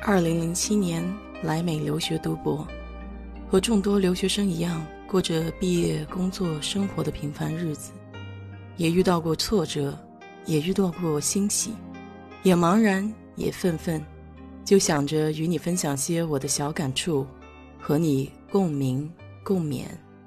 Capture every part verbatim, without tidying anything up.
二零零七年来美留学读博，和众多留学生一样，过着毕业、工作、生活的平凡日子，也遇到过挫折，也遇到过欣喜，也茫然，也愤愤，就想着与你分享些我的小感触，和你共鸣共勉。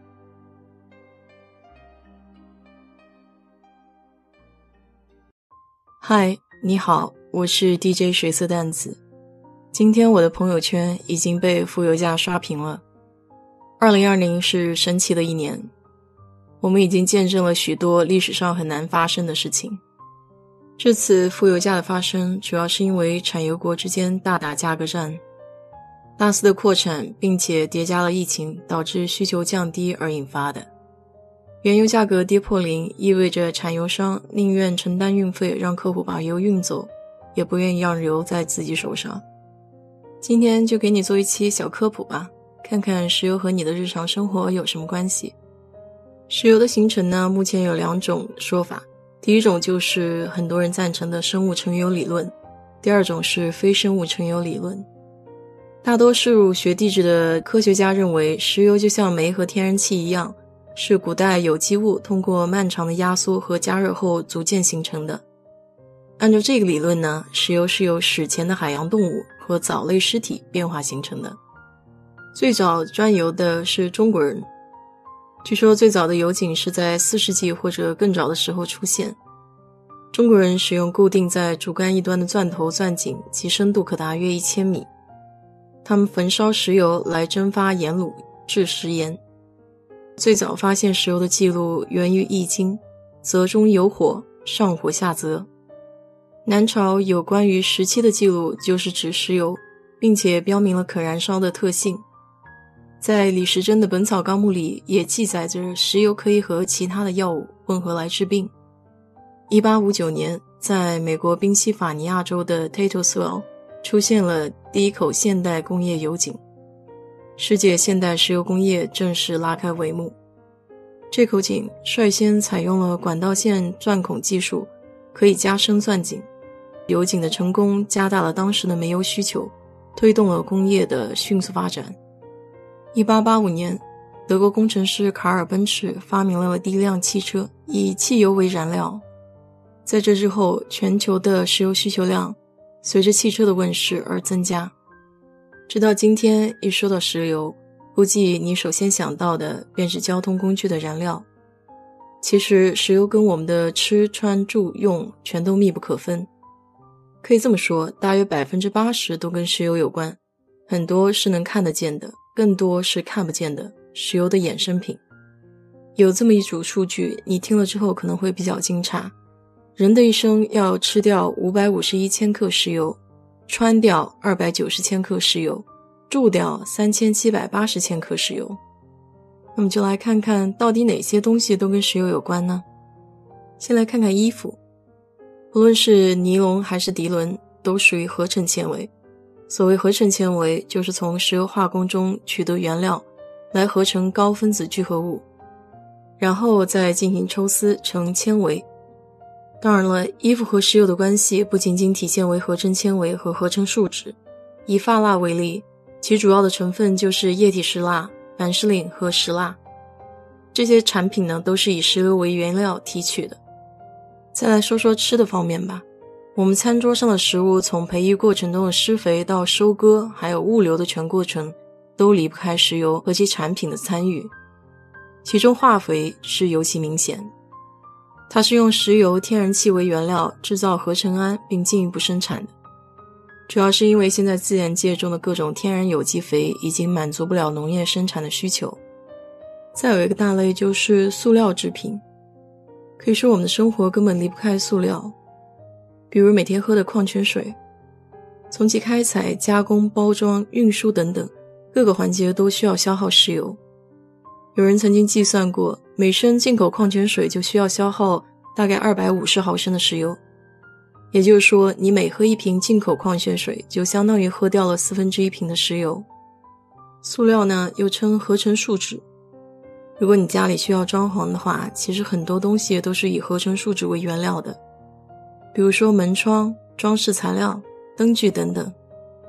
嗨，你好，我是 D J 水色淡子。今天我的朋友圈已经被富有价刷屏了。二零二零是神奇的一年，我们已经见证了许多历史上很难发生的事情。这次富有价的发生主要是因为产油国之间大打价格战，大肆的扩产并且叠加了疫情导致需求降低而引发的。原油价格跌破零意味着产油商宁愿承担运费让客户把油运走，也不愿意让油在自己手上。今天就给你做一期小科普吧，看看石油和你的日常生活有什么关系。石油的形成呢，目前有两种说法，第一种就是很多人赞成的生物成油理论，第二种是非生物成油理论。大多数学地质的科学家认为，石油就像煤和天然气一样，是古代有机物通过漫长的压缩和加热后逐渐形成的。按照这个理论呢，石油是由史前的海洋动物和藻类尸体变化形成的。最早钻油的是中国人，据说最早的油井是在四世纪或者更早的时候出现。中国人使用固定在主干一端的钻头钻井，其深度可达约一千米。他们焚烧石油来蒸发盐卤制食盐。最早发现石油的记录源于易经，泽中有火，上火下泽。南朝有关于石漆的记录就是指石油，并且标明了可燃烧的特性。在李时珍的《本草纲目》里也记载着石油可以和其他的药物混合来治病。一八五九年，在美国宾夕法尼亚州的 Tatosville 出现了第一口现代工业油井，世界现代石油工业正式拉开帷幕。这口井率先采用了管道线钻孔技术，可以加深钻井。油井的成功加大了当时的煤油需求，推动了工业的迅速发展。一八八五年，德国工程师卡尔奔驰发明了第一辆汽车，以汽油为燃料。在这之后，全球的石油需求量随着汽车的问世而增加。直到今天，一说到石油，估计你首先想到的便是交通工具的燃料。其实石油跟我们的吃穿住用全都密不可分。可以这么说，大约 百分之八十 都跟石油有关，很多是能看得见的，更多是看不见的石油的衍生品。有这么一组数据，你听了之后可能会比较惊诧。人的一生要吃掉五百五十一千克石油，穿掉二百九十千克石油，住掉三千七百八十千克石油。那么就来看看到底哪些东西都跟石油有关呢？先来看看衣服，无论是尼龙还是涤纶，都属于合成纤维。所谓合成纤维，就是从石油化工中取得原料，来合成高分子聚合物，然后再进行抽丝成纤维。当然了，衣服和石油的关系不仅仅体现为合成纤维和合成树脂。以发蜡为例，其主要的成分就是液体石蜡、凡士林和石蜡。这些产品呢，都是以石油为原料提取的。再来说说吃的方面吧，我们餐桌上的食物从培育过程中的施肥到收割，还有物流的全过程，都离不开石油和其产品的参与。其中化肥是尤其明显，它是用石油、天然气为原料制造合成氨并进一步生产的。主要是因为现在自然界中的各种天然有机肥已经满足不了农业生产的需求。再有一个大类就是塑料制品，可以说我们的生活根本离不开塑料。比如每天喝的矿泉水，从其开采、加工、包装、运输等等各个环节都需要消耗石油。有人曾经计算过，每升进口矿泉水就需要消耗大概二百五十毫升的石油。也就是说，你每喝一瓶进口矿泉水，就相当于喝掉了四分之一瓶的石油。塑料呢，又称合成树脂。如果你家里需要装潢的话，其实很多东西都是以合成树脂为原料的，比如说门窗、装饰材料、灯具等等。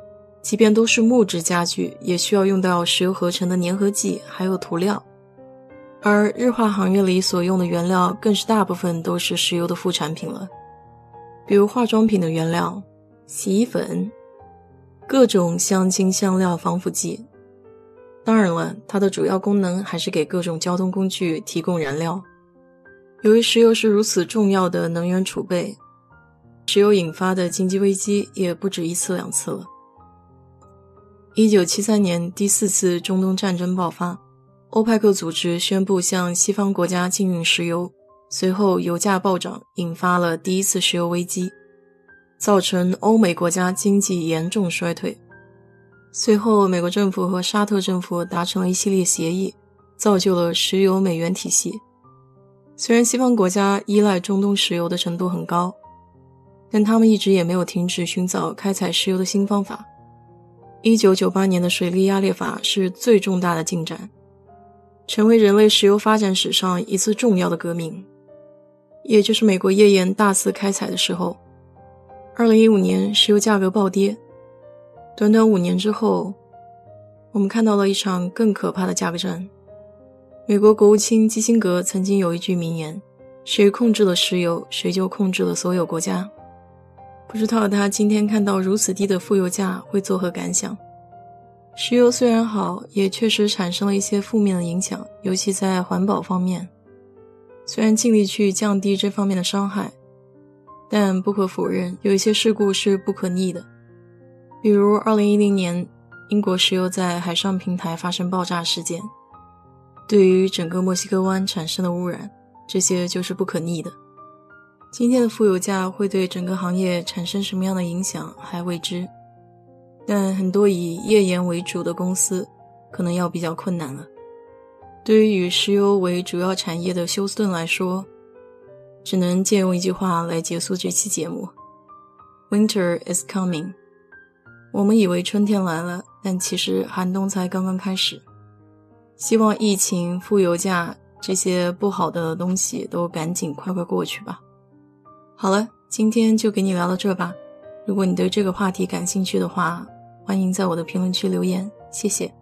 即便都是木质家具，也需要用到石油合成的粘合剂还有涂料。而日化行业里所用的原料更是大部分都是石油的副产品了，比如化妆品的原料、洗衣粉、各种香精、香料、防腐剂。当然了，它的主要功能还是给各种交通工具提供燃料。由于石油是如此重要的能源储备，石油引发的经济危机也不止一次两次了。一九七三年第四次中东战争爆发，欧派克组织宣布向西方国家禁运石油，随后油价暴涨，引发了第一次石油危机，造成欧美国家经济严重衰退。随后美国政府和沙特政府达成了一系列协议，造就了石油美元体系。虽然西方国家依赖中东石油的程度很高，但他们一直也没有停止寻找开采石油的新方法。一九九八年的水力压裂法是最重大的进展，成为人类石油发展史上一次重要的革命。也就是美国页岩大肆开采的时候，二零一五年石油价格暴跌，短短五年之后，我们看到了一场更可怕的价格战。美国国务卿基辛格曾经有一句名言，谁控制了石油，谁就控制了所有国家。不知道他今天看到如此低的负油价会作何感想。石油虽然好，也确实产生了一些负面的影响，尤其在环保方面。虽然尽力去降低这方面的伤害，但不可否认，有一些事故是不可逆的。比如二零一零年英国石油在海上平台发生爆炸事件，对于整个墨西哥湾产生的污染，这些就是不可逆的。今天的负油价会对整个行业产生什么样的影响还未知，但很多以页岩为主的公司可能要比较困难了。对于以石油为主要产业的休斯顿来说，只能借用一句话来结束这期节目： Winter is coming。 我们以为春天来了，但其实寒冬才刚刚开始。希望疫情、负油价这些不好的东西都赶紧快快过去吧。好了，今天就给你聊到这吧。如果你对这个话题感兴趣的话，欢迎在我的评论区留言，谢谢。